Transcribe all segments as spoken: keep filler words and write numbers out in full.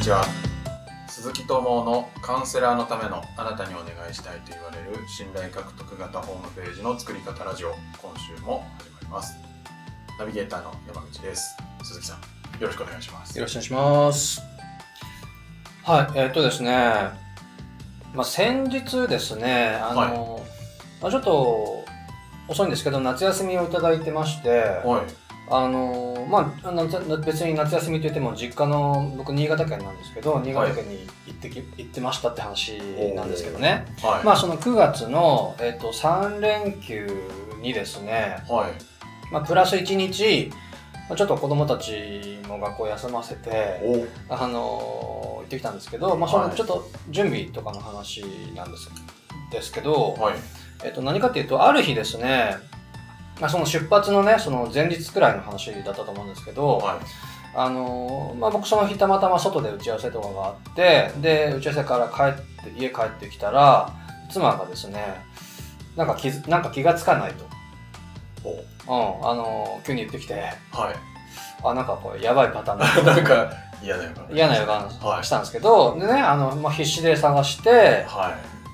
ちは。鈴木智のカウンセラーのためのあなたにお願いしたいと言われる信頼獲得型ホームページの作り方ラジオ、今週も始まります。ナビゲーターの山口です。鈴木さん、よろしくお願いします。 よろしくお願いします。はい、えー、っとですね、まあ、先日ですね、あの、はい、まあ、ちょっと遅いんですけど夏休みをいただいてまして、はい、あのまあ、別に夏休みといっても実家の僕新潟県なんですけど、新潟県に行ってき、はい、行ってましたって話なんですけどね、はい、まあそのくがつの、えー、とさん連休にですね、はい、まあ、プラスいちにちちょっと子供たちも学校休ませて、あの行ってきたんですけど、まあ、そのちょっと準備とかの話なんです、ですけど、はい、えっと、何かっていうと、ある日ですね、まあ、その出発のね、その前日くらいの話だったと思うんですけど、はい、あのまあ、僕その日たまたま外で打ち合わせとかがあって、で、打ち合わせから帰って、家帰ってきたら、妻がですね、なんか気づ、なんか気がつかないと。うん、あの急に言ってきて、はい、あ、なんかこれやばいパターンだなんか嫌な予感嫌な予感したんですけど、はい、でね、あの、まあ、必死で探して、はい、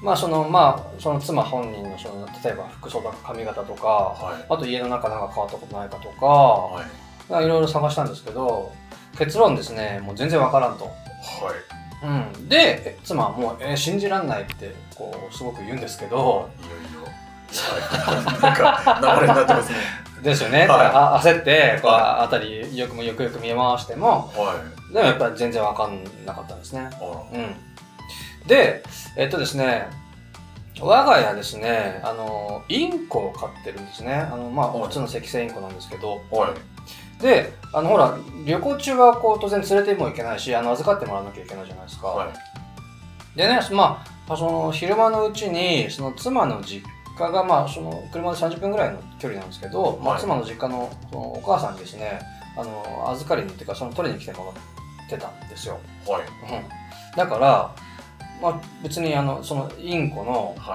まあそのまあその妻本人のその例えば服装とか髪型とか、はい、あと家の中なんか変わったことないかとか、はい、いろいろ探したんですけど、結論ですね、もう全然わからんと。はい。うん、で妻はもう、えー、信じらんないってこうすごく言うんですけど、 いよいよなんか流れになってますね。 ですよね。はい、あ焦ってこう、はい、辺りよくもよくよく見回しても、はい、でもやっぱり全然分かんなかったんですね。うん、で、えっとですね、我が家ですね、あのインコを飼ってるんですね。あのまあ、はい、普通の赤星インコなんですけど、はい、で、あのほら旅行中はこう当然連れてもいけないし、あの預かってもらわなきゃいけないじゃないですか。はい、でね、まあその昼間のうちにその妻の実家がまあその車でさんじゅっぷんぐらいの距離なんですけど、はい、まあ、妻の実家 の, そのお母さんにですね、あの預かりにっていうかその取りに来てもらってたんですよ。はい、うん、だから、まあ、別にあのそのインコの、はい、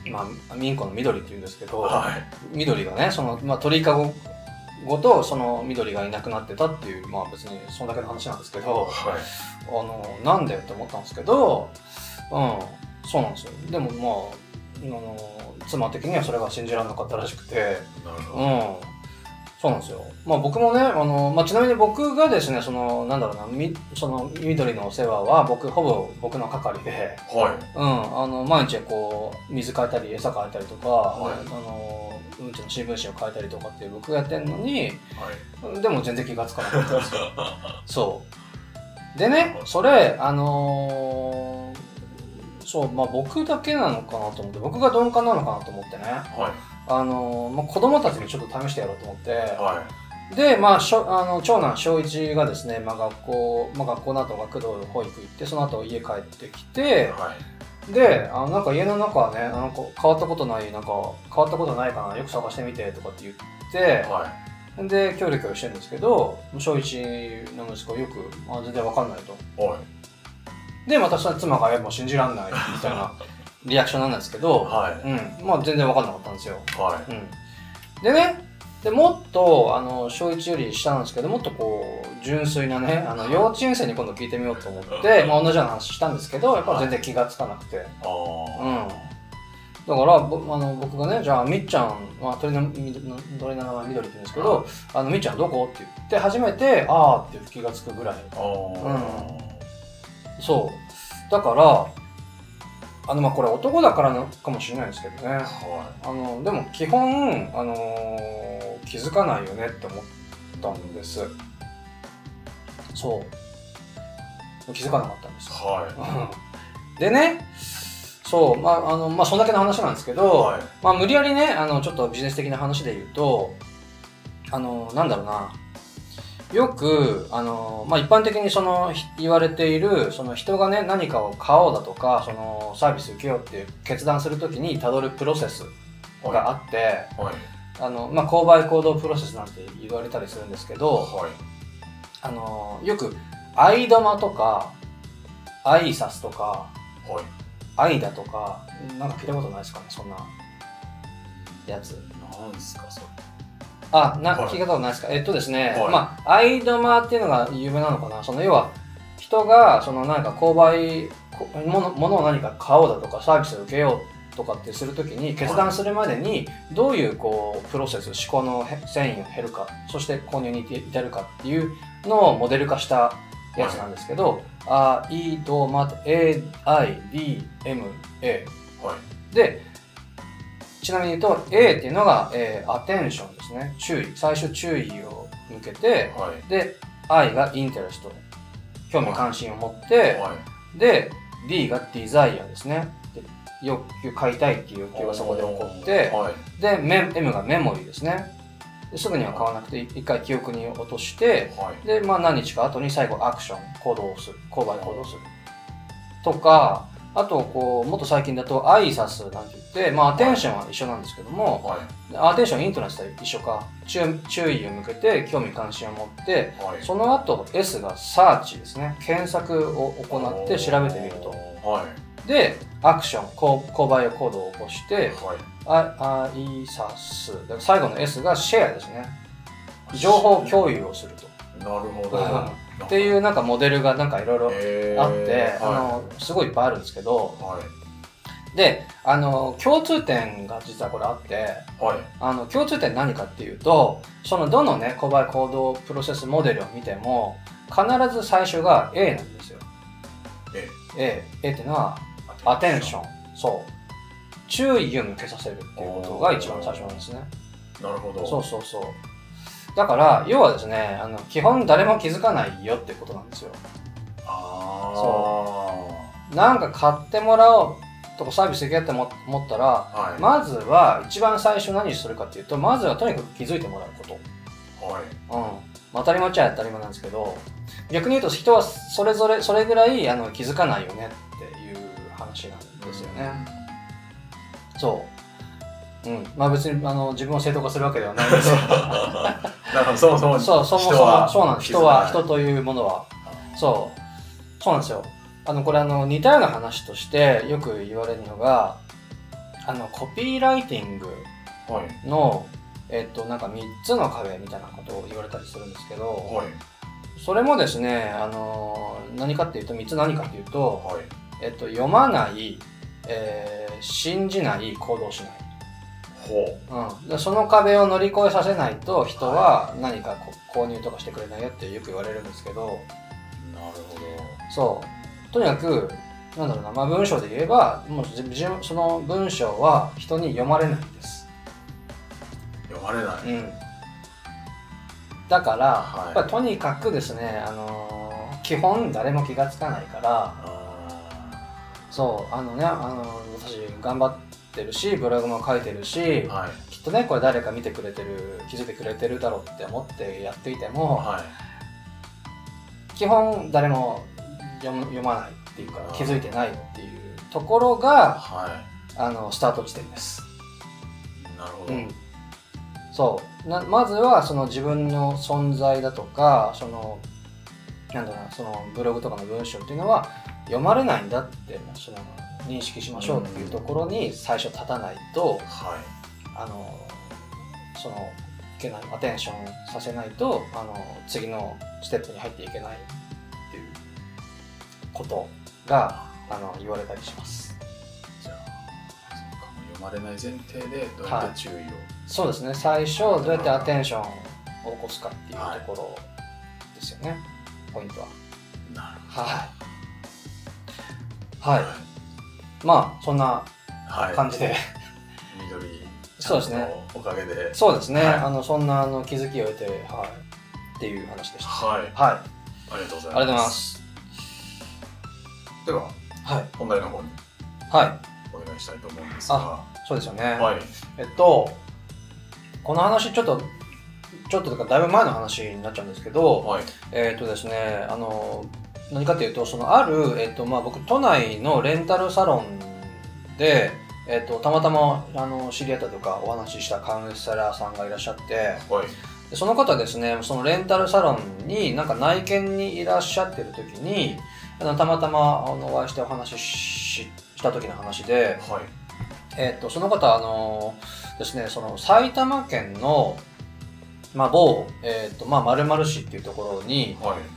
まあ、インコの緑っていうんですけど、はい、緑がねその、まあ、鳥かごごとその緑がいなくなってたっていう、まあ別にそんだけの話なんですけど、はい、あのなんでって思ったんですけど、うん、そうなんですよ。でもまああの妻的にはそれが信じられなかったらしくて、なるほど、うん、そうなんですよ。まあ僕もね、あの、まあ、ちなみに僕がですね、そのなんだろうな、みその緑のお世話は僕ほぼ僕の係で、はい、うん、あの毎日こう水変えたり餌変えたりとか、はい、あのうんちの新聞紙を変えたりとかって僕がやってんのに、はい、でも全然気がつかなかったんですよ。そうでね、それあのーそう、まあ僕だけなのかなと思って、僕が鈍感なのかなと思ってね、はい、あの、まあ、子供たちにちょっと試してやろうと思って、はい、で、まあ、しょあの長男小一がですね、まあ、学校、まあ、学校の後学童保育行って、その後家帰ってきて、はい、で、あのなんか家の中はね、なんか変わったことない、なんか変わったことないかな、よく探してみてとかって言って、はい、で、協力をしてるんですけど、小一の息子よく、あ、全然わかんないと。はい、で、またその妻が、もう信じらんないみたいなリアクションなんですけど、はい、うん、まあ全然分かんなかったんですよ。はい、うん、でね、でもっとあの小いちより下なんですけど、もっとこう純粋なね、あの幼稚園生に今度聞いてみようと思って、まあ、同じような話したんですけど、やっぱり全然気がつかなくて、はい、うん、だからぼあの僕がね、じゃあみっちゃん、まあ、鳥の鳥の名前緑って言うんですけど、はい、あのみっちゃんどこって言って初めてあーって気がつくぐらい。うん、そうだからあのまあこれ男だからなのかもしれないですけどね、はい、あのでも基本、あのー、気づかないよねって思ったんです。そう気づかなかったんです、はい、でね、そうまああのまあそんだけの話なんですけど、はい、まあ無理やりね、あのちょっとビジネス的な話で言うと、あのなんだろうな、よくあの、まあ、一般的にその言われているその人がね何かを買おうだとかそのサービス受けようっていう決断するときにたどるプロセスがあって、はいはい、あのまあ、購買行動プロセスなんて言われたりするんですけど、はい、あのよくアイドマとかアイサスとか、はい、アイダとかなんか聞いたことないですかね、そんなやつ。 なんですかそれ。 あ、な、聞いたことないですか。えっとですね、はい、まあ、アイドマっていうのが有名なのかな。その要は、 人がそのなんか購買もの、ものを何か買おうだとかサービスを受けようとかってするときに決断するまでにどういうこうプロセス、思考の繊維を減るか、そして購入に至るかっていうのをモデル化したやつなんですけど、はい、I、ドーマ、A、I、D、M、A、はい、で、ちなみに言うと A っていうのが、えー、アテンションですね。注意。最初注意を向けて、はい、で、I がインテレスト。興味関心を持って、はい、で、D がデザイアですね。で欲求、買いたいっていう欲求がそこで起こって、はい、で、M がメモリーですね。ですぐには買わなくて、一回記憶に落として、はい、で、まあ何日か後に最後アクション、行動をする。購買行動をする。とか、あと、こう、もっと最近だと、アイサスなんて言って、まあ、アテンションは一緒なんですけども、はい、アテンション、イントラストは一緒か。注, 注意を向けて、興味関心を持って、はい、その後、S がサーチですね。検索を行って調べてみると。はい、で、アクション、購買行動を起こして、はい、アイサス。最後の S がシェアですね。情報共有をすると。 なるほど。 っていうなんかモデルがなんかいろいろあって、はい、あのすごいいっぱいあるんですけど、はい、であの共通点が実はこれあって、はい、あの共通点何かっていうと、そのどのね購買行動プロセスモデルを見ても必ず最初が A なんですよ。A, A, A っていうのはアテンション、そう注意を向けさせるっていうことが一番最初なんですね。 なるほど。 そうそうそう。だから、要はですね、あの、基本誰も気づかないよってことなんですよ。ああ。そう。なんか買ってもらおうとかサービスできるって思ったら、はい、まずは一番最初何するかっていうと、まずはとにかく気づいてもらうこと。はい。うん。まあ、当たり前っちゃ当たり前なんですけど、逆に言うと人はそれぞれ、それぐらいあの気づかないよねっていう話なんですよね。うん、そう。うん、まあ別にあの自分を正当化するわけではないんですよ。 だからそもそもそうそもそもそうなんです。人は人というものはそうそうなんですよ。あのこれあの似たような話としてよく言われるのが、あのコピーライティングの、はい、えっとなんかみっつの壁みたいなことを言われたりするんですけど、はい、それもですね、あの何かっていうとみっつ何かっていうと、はい、えっと読まない、えー、信じない、行動しない。ほう。うん、でその壁を乗り越えさせないと人は何かこ購入とかしてくれないよってよく言われるんですけど、なるほど。 そうとにかくなんだろうな、まあ、文章で言えばもうその文章は人に読まれないんです。 読まれない、うん、 だから、はい、やっぱりとにかくですね、あのー、基本誰も気がつかないから、そうあのね、あのー、私頑張っててるし、ブログも書いてるし、はい、きっとねこれ誰か見てくれてる、気づいてくれてるだろうって思ってやっていても、はい、基本誰も 読, 読まないっていうか気づいてないっていうところが、はい、あのスタート地点です。 なるほど。うん、 そうなまずはその自分の存在だとか、そのなんだろうな、そのブログとかの文章っていうのは読まれないんだってその認識しましょうっていうところに最初立たないと、はい、あのそのいけない、アテンションさせないとあの次のステップに入っていけないっていうことがあの言われたりします。 じゃあ読まれない前提でどうやって注意を、はい、 そうですね、最初どうやってアテンションを起こすかっていうところですよね、はい、ポイントは。 なるほど。 はい、はい、まあそんな感じで、はい、 緑ちゃんのおかげで、 そうですね、はい、あのそんなあの気づきを得て、はい、っていう話でした。 はい、はい、 ありがとうございます。 ありがとうございます。 では、はい、本題の方にはいお願いしたいと思うんですが、 あ、そうですよね。 はい、 えっとこの話ちょっとちょっととかだいぶ前の話になっちゃうんですけど、はい、えっとですね、あの何かというと、そのある、えっとまあ、僕都内のレンタルサロンで、えっと、たまたまあの知り合ったとかお話ししたカウンセラーさんがいらっしゃって、はい、でその方ですね、そのレンタルサロンになんか内見にいらっしゃってる時に、あのたまたまあのお会いしてお話しした時の話で、はい、えっとその方あのですね、その埼玉県のまあ、某、えーとまあ、〇〇市っていうところに、はい、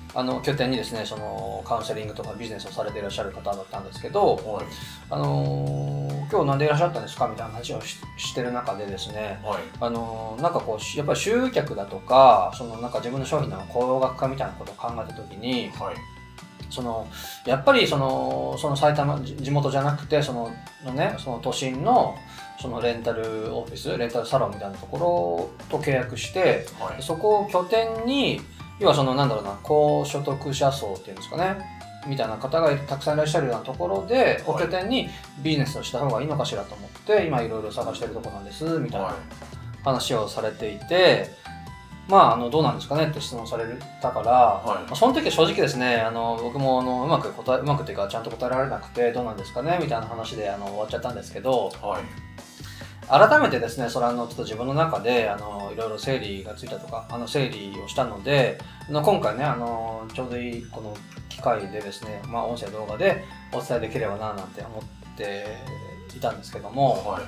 あの拠点にですね、そのカウンセリングとかビジネスをされていらっしゃる方だったんですけど、はい、あのー、今日なんでいらっしゃったんですかみたいな話を し, してる中でですね、はい、あのー、なんかこうやっぱり集客だとか、そのなんか自分の商品の高額化みたいなことを考えたときに、はい、そのやっぱりそのその埼玉地元じゃなくてそのね、その都心のそのレンタルオフィス、レンタルサロンみたいなところと契約して、はい、そこを拠点に、要はそのなんだろうな、高所得者層っていうんですかね、みたいな方がたくさんいらっしゃるようなところで、お拠点にビジネスをした方がいいのかしらと思って、今いろいろ探してるところなんですみたいな話をされていて、まあ、あのどうなんですかねって質問されたから、はい、まあ、その時は正直ですね、あの僕もあのうまく答えうまくっていうかちゃんと答えられなくて、どうなんですかねみたいな話であの終わっちゃったんですけど、はい、改めてですね、それはあのちょっと自分の中であのいろいろ整理がついたとか、あの整理をしたので、あの今回ね、あのちょうどいいこの機会でですね、まあ、音声動画でお伝えできればななんて思っていたんですけども、はい、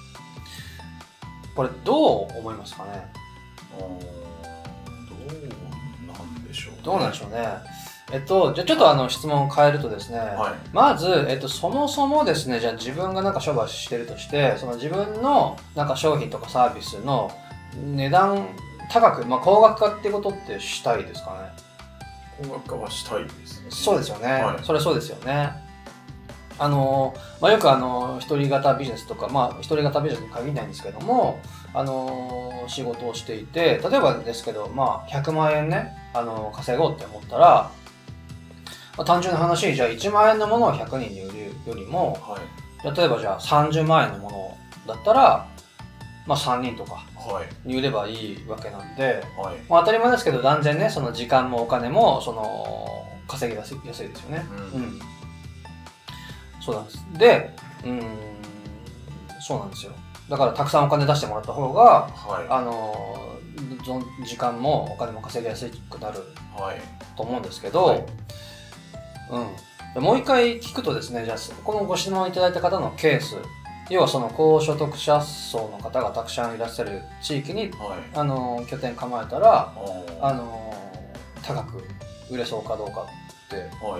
これどう思いますかね？ どうなんでしょうね。 どうなんでしょうね。えっと、じゃあちょっとあの質問を変えるとですね、はい、まず、えっと、そもそもですね、じゃあ自分がなんか商売してるとして、その自分のなんか商品とかサービスの値段高く、まあ、高額化ってことってしたいですかね？ 高額化はしたいですね。 そうですよね。はい、それはそうですよね。あの、まあ、よくあの、一人型ビジネスとか、まあ、一人型ビジネスに限らないんですけども、あの、仕事をしていて、例えばですけど、まあ、ひゃくまんえんね、あの、稼ごうって思ったら、まあ、単純な話、じゃあいちまんえんのものをひゃくにんに売るよりも、はい、例えばじゃあさんじゅうまんえんのものだったら、まあさんにんとかに売ればいいわけなんで、はい、まあ、当たり前ですけど、断然ね、その時間もお金も、その、稼ぎやすいですよね。うん。うん、そうなんです。で、うーん、そうなんですよ。だからたくさんお金出してもらった方が、はい、あの、時間もお金も稼ぎやすくなると思うんですけど、はい、うん、もう一回聞くとですね、じゃあこのご質問いただいた方のケース、要はその高所得者層の方がたくさんいらっしゃる地域に、はい、あの拠点構えたら、あの高く売れそうかどうかって、はい、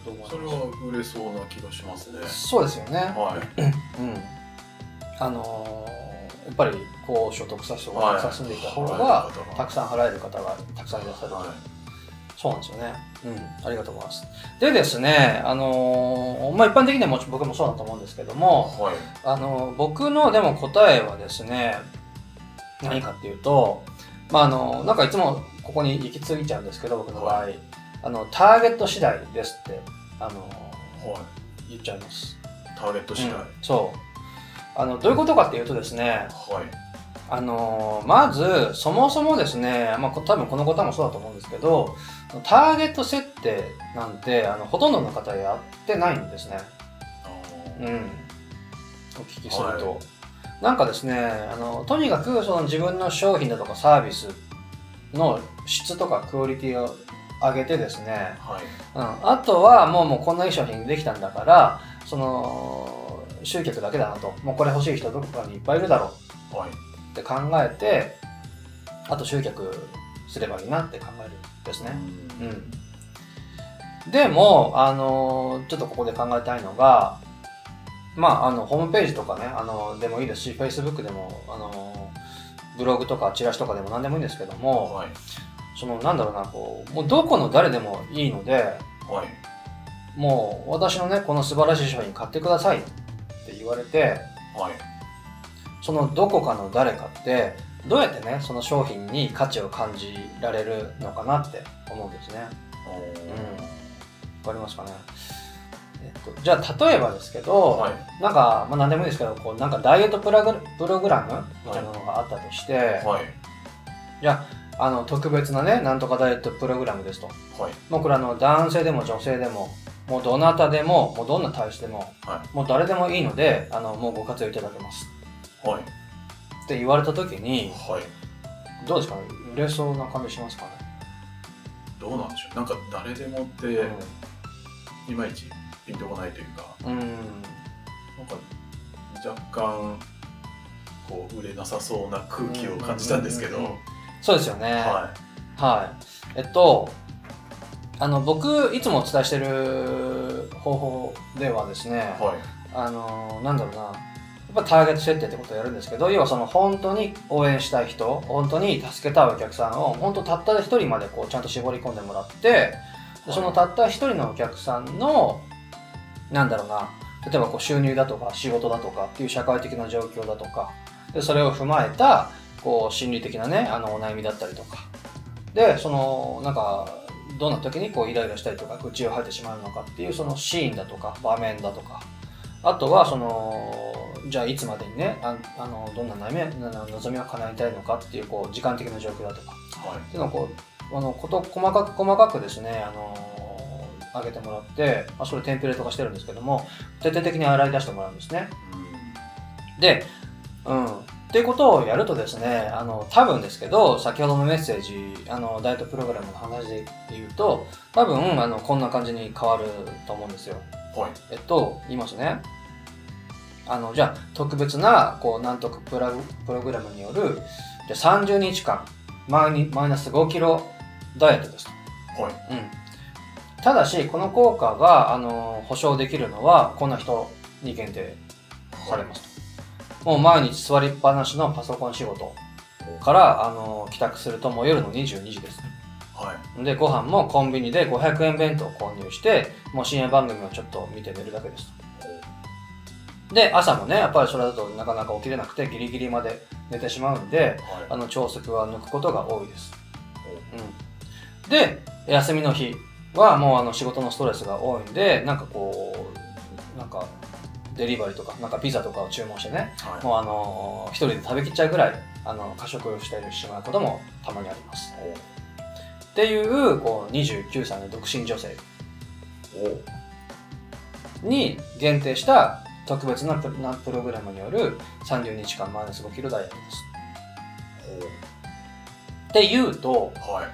どう思いますか？それは売れそうな気がしますね。 そうですよね。はい、うん、あのやっぱり高所得者層がたくさん住んでいた方が、たくさん払える方がたくさんいらっしゃると。はい、そうなんですよね。うん、ありがとうございます。でですね、あのー、まあ、一般的にはも僕もそうだと思うんですけども、はい、あのー、僕のでも答えはですね、何かっていうと、まあ、あのー、なんかいつもここに行き過ぎちゃうんですけど、僕の場合、はい、あの、ターゲット次第ですって、あのーはい、言っちゃいます。 ターゲット次第、うん、 そう。あの、どういうことかっていうとですね、はい、あのまずそもそもですね、まあ、多分この方もそうだと思うんですけど、ターゲット設定なんてあのほとんどの方やってないんですね。うん、お聞きすると、はい、なんかですね、あのとにかくその自分の商品だとかサービスの質とかクオリティを上げてですね、はい、うん、あとはもうもうこんないい商品できたんだからその集客だけだなと、もうこれ欲しい人どこかにいっぱいいるだろう、はい、って考えて、あと集客すればいいなって考えるんですね。うん、でも、あのちょっとここで考えたいのが、まあ、あのホームページとかね、あのでもいいですし、Facebook でも、あのブログとかチラシとかでも何でもいいんですけども、はい、そのなんだろうな、こうもうどこの誰でもいいので、はい、もう私のねこの素晴らしい商品買ってくださいって言われて、はい、そのどこかの誰かってどうやってねその商品に価値を感じられるのかなって思うんですね。うん、わかりますかね。えっと、じゃあ例えばですけど、はい、なんか、まあ、何でもいいですけど、こうなんかダイエットプラグプログラムみたいなのがあったとして、はい、じゃあ、あの特別なねなんとかダイエットプログラムですと、はい、もうこれあの男性でも女性でももうどなたでももうどんな体質でも、はい、もう誰でもいいのであのもうご活用いただけます、はい、って言われた時に、はい、どうですかね、売れそうな感じしますかね。 どうなんでしょう。なんか誰でもって、うん、いまいちピンとこないというか、うん、なんか若干こう売れなさそうな空気を感じたんですけど、 そうですよね。はい、はい、えっとあの僕いつもお伝えしてる方法ではですね、はい、あのなんだろうな、やっぱターゲット設定ってことをやるんですけど、要はその本当に応援したい人、本当に助けたいお客さんを本当たった一人までこうちゃんと絞り込んでもらって、でそのたった一人のお客さんのなんだろうな、例えばこう収入だとか仕事だとかっていう社会的な状況だとかで、それを踏まえたこう心理的なね、あのお悩みだったりとかで、そのなんかどんな時にこうイライラしたりとか愚痴を吐いてしまうのかっていうそのシーンだとか場面だとか、あとはそのじゃあいつまでにね、ああのどんな悩み望みを叶えたいのかっていうこう時間的な状況だとか、はい、っていうのをこうあのこと細かく細かくですね、あの上げてもらって、まあ、それテンプレート化してるんですけども、徹底的に洗い出してもらうんですね。うん、で、うんっていうことをやるとですね、あの多分ですけど、先ほどのメッセージ、あのダイエットプログラムの話で言うと、多分あのこんな感じに変わると思うんですよ。はい、えっと言いますね。あのじゃあ特別なこうなんとかプラプログラムによるじゃあさんじゅうにちかんマイマイナスごキロダイエットですと。はい、うん。ただしこの効果があの保証できるのはこんな人に限定されますと。はい、もう毎日座りっぱなしのパソコン仕事からあの帰宅するともう夜のにじゅうにじです。はい、でご飯もコンビニでごひゃくえん弁当を購入してもう深夜番組をちょっと見て寝るだけです。で朝もねやっぱりそれだとなかなか起きれなくてギリギリまで寝てしまうんで、はい、あの朝食は抜くことが多いです。うん、で休みの日はもうあの仕事のストレスが多いんで、なんかこうなんかデリバリーとかなんかピザとかを注文してね、はい、もうあの一人で食べきっちゃうぐらいあの過食してしまうこともたまにあります。っていうこうにじゅうきゅうさいの独身女性に限定した特別なプログラムによるさんじゅうにちかんマイナスごキロダイエットです。って言うと、はい、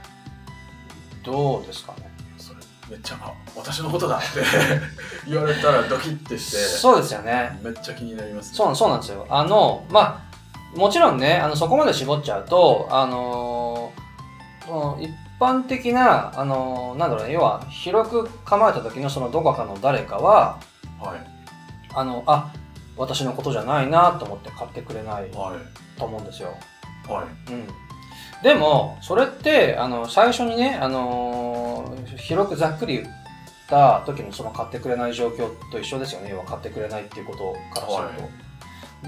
どうですかね。 それめっちゃあ私のことだって言われたらドキッてして、 そうですよね。 めっちゃ気になりますね。 そう、そうなんですよ。あのまあもちろんね、あのそこまで絞っちゃうとあのー、一般的なあのー、なんだろうね、要は広く構えた時のそのどこかの誰かは、はい、あのあ私のことじゃないなと思って買ってくれないと思うんですよ。はい、うん。でもそれってあの最初にね、あのー、広くざっくり言った時のその買ってくれない状況と一緒ですよね。要は買ってくれないっていうことからすると、はい、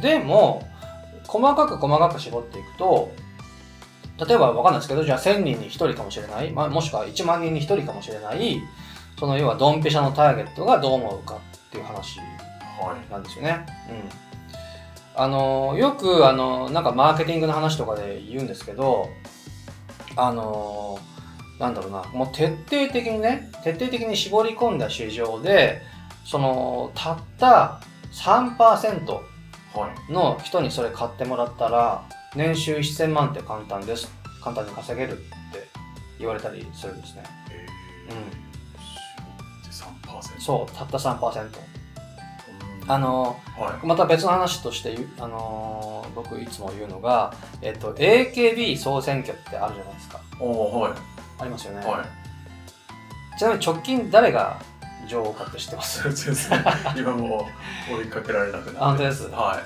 でも細かく細かく絞っていくと、例えば分かんないですけど、じゃあせんにんにひとりかもしれない、まあ、もしくはいちまんにんにひとりかもしれない、その要はドンピシャのターゲットがどう思うかっていう話なんですよね。はい、うんあのよくあのなんかマーケティングの話とかで言うんですけど、あのなんだろうな、もう徹底的にね、徹底的に絞り込んだ市場で、そのたったさんパーセントの人にそれ買ってもらったら、年収せんまんって簡単です、簡単に稼げるって言われたりするんですね。へー、 うん、さんパーセント。 そう、たった さんパーセント。あのはい、また別の話として、あのー、僕いつも言うのが、えっと、エーケービー 総選挙ってあるじゃないですか。 お、はい、 ありますよね。 はい、 ちなみに直近誰が女王かって知ってます？ 今もう追いかけられなくなって。 本当です。 はい、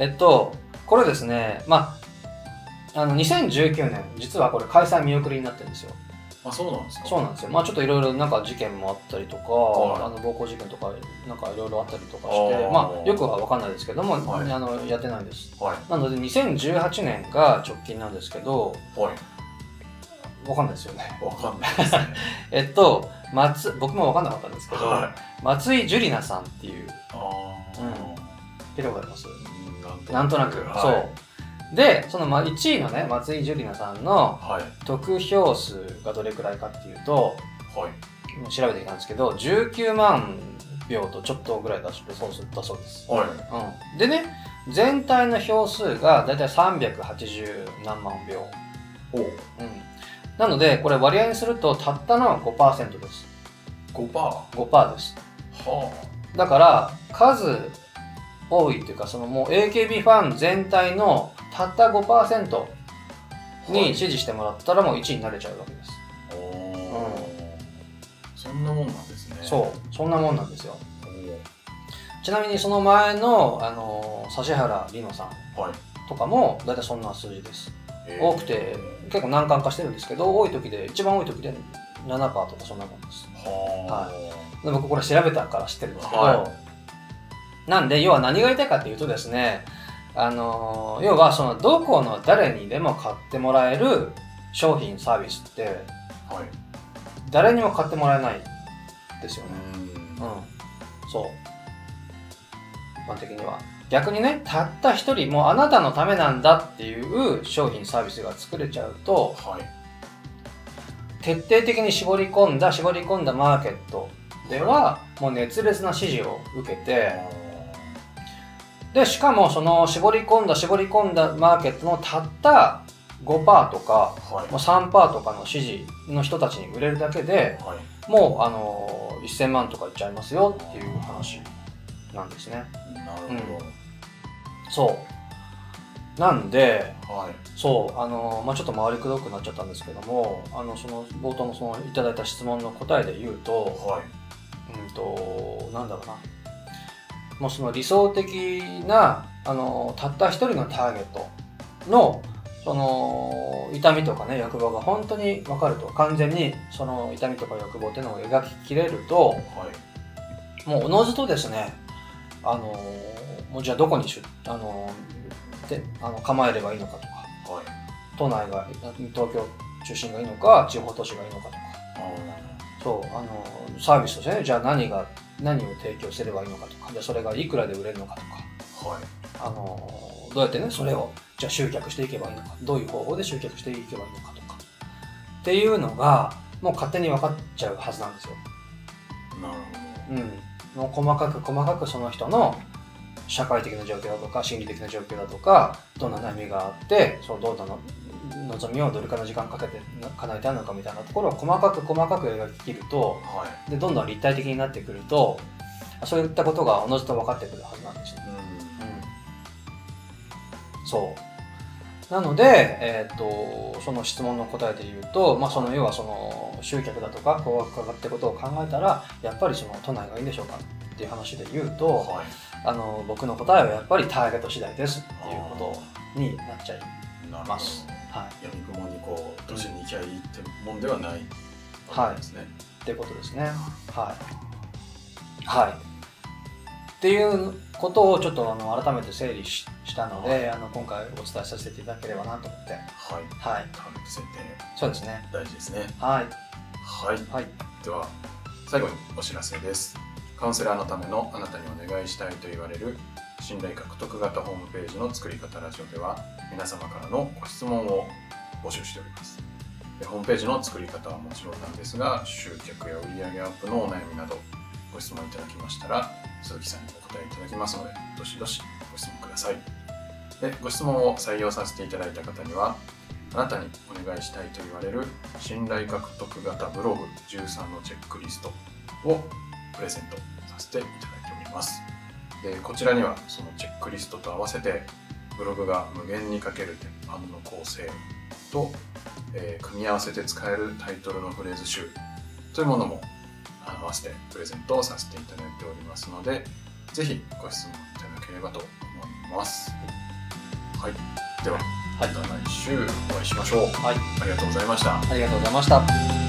えっとこれですね、まああのにせんじゅうきゅうねん実はこれ開催見送りになってるんですよ。 あ、そうなんですか。 そうなんですよ。まあちょっといろいろなんか事件もあったりとか、はい、あの暴行事件とかなんかいろいろあったりとかして、あまあよくは分かんないですけども、はい、あのやってないんです。はい、なのでにせんじゅうはちねんが直近なんですけど、はい、分かんないですよね。 分かんないですね。 えっと松僕も分かんなかったんですけど、はい、松井樹里奈さんっていう、あ、うん、聞いたことあります？なんとなく、はい、そう。で、そのいちいのね、松井樹里奈さんの得票数がどれくらいかっていうと、はい、調べてきたんですけど、じゅうきゅうまんひょうとちょっとぐらいだそうです。はい、うん、でね、全体の票数がだいたいさんびゃくはちじゅうなんまんひょう。うん、なので、これ割合にするとたったの ごパーセント です。 ごパーセント？ ごパーセント です。はあ、だから、数多いっていうか、そのもう エーケービー ファン全体のたった ごパーセント に支持してもらったらもういちいになれちゃうわけです。 そんなもんなんですね。 そうそんなもんなんですよ。ちなみにその前の、あの指原莉乃さんとかも大体そんな数字です、はい、多くて結構難関化してるんですけど、多い時で一番多い時で ななパーセント とかそんなもんです。は、はい、で僕これ調べたから知ってるんですけど、はい、なんで要は何が言いたいかっていうとですね、あの要はそのどこの誰にでも買ってもらえる商品サービスって、はい、誰にも買ってもらえないですよね。うん、うん、そう一般的には。逆にね、たった一人もうあなたのためなんだっていう商品サービスが作れちゃうと、はい、徹底的に絞り込んだ絞り込んだマーケットではもう熱烈な支持を受けて、でしかもその絞り込んだ絞り込んだマーケットのたった ごパーセント とか、はい、もう さんパーセント とかの支持の人たちに売れるだけで、はい、もうあのいっせんまんとかいっちゃいますよっていう話なんですね。 なるほど、うん、 そうなんで、はい、そうあの、まあ、ちょっと回りくどくなっちゃったんですけども、あのその冒頭のそのいただいた質問の答えで言うと、はい、うんとなんだろうな、もうその理想的なあのたった一人のターゲットのその痛みとかね欲望が本当に分かると、完全にその痛みとか欲望っていうのを描ききれると、はい、もうおのずとですね、あのもうじゃあどこにしゅあのであの構えればいいのかとか、はい、都内が東京中心がいいのか地方都市がいいのかとか、そうあのサービスとしてね、じゃあ何が何を提供すればいいのかとか、じゃあそれがいくらで売れるのかとか、はい、あのどうやってねそれをじゃあ集客していけばいいのか、どういう方法で集客していけばいいのかとかっていうのがもう勝手に分かっちゃうはずなんですよ。 なるほど。 うんもう細かく細かくその人の社会的な状況だとか心理的な状況だとか、どんな悩みがあってそのどんなの望みをどれくらいの時間かけて叶えたいのかみたいなところを細かく細かく描き切ると、はい、でどんどん立体的になってくると、そういったことがおのずと分かってくるはずなんですよ、うんうん、そうなので、えー、とその質問の答えで言うと、まあ、その要はその集客だとか高額化ってことを考えたらやっぱりその都内がいいんでしょうかっていう話で言うと、はい、あの僕の答えはやっぱりターゲット次第ですっていうことになっちゃいます。 はい、闇雲にこう都心に行きゃいいってもんではないわけですね。 はい、っていうことですね。はい。はい。っていうことをちょっとあの改めて整理 し, したので、はい、あの今回お伝えさせていただければなと思って。はい。 はい。ターゲット設定。 そうですね。 大事ですね。 はい。 はい。はい、では最後にお知らせです。カウンセラーのためのあなたにお願いしたいと言われる信頼獲得型ホームページの作り方ラジオでは皆様からのご質問を募集しております。ホームページの作り方はもちろんなんですが、集客や売上アップのお悩みなどご質問いただきましたら鈴木さんにお答えいただきますので、どしどしご質問ください。でご質問を採用させていただいた方にはあなたにお願いしたいと言われる信頼獲得型ブログじゅうさんのチェックリストをプレゼントさせていただいております。でこちらにはそのチェックリストと合わせてブログが無限に書ける鉄板の構成と、えー、組み合わせて使えるタイトルのフレーズ集というものも合わせてプレゼントをさせていただいておりますので、ぜひご質問いただければと思います。はい、では、はい、また来週お会いしましょう。はい、ありがとうございました。 ありがとうございました。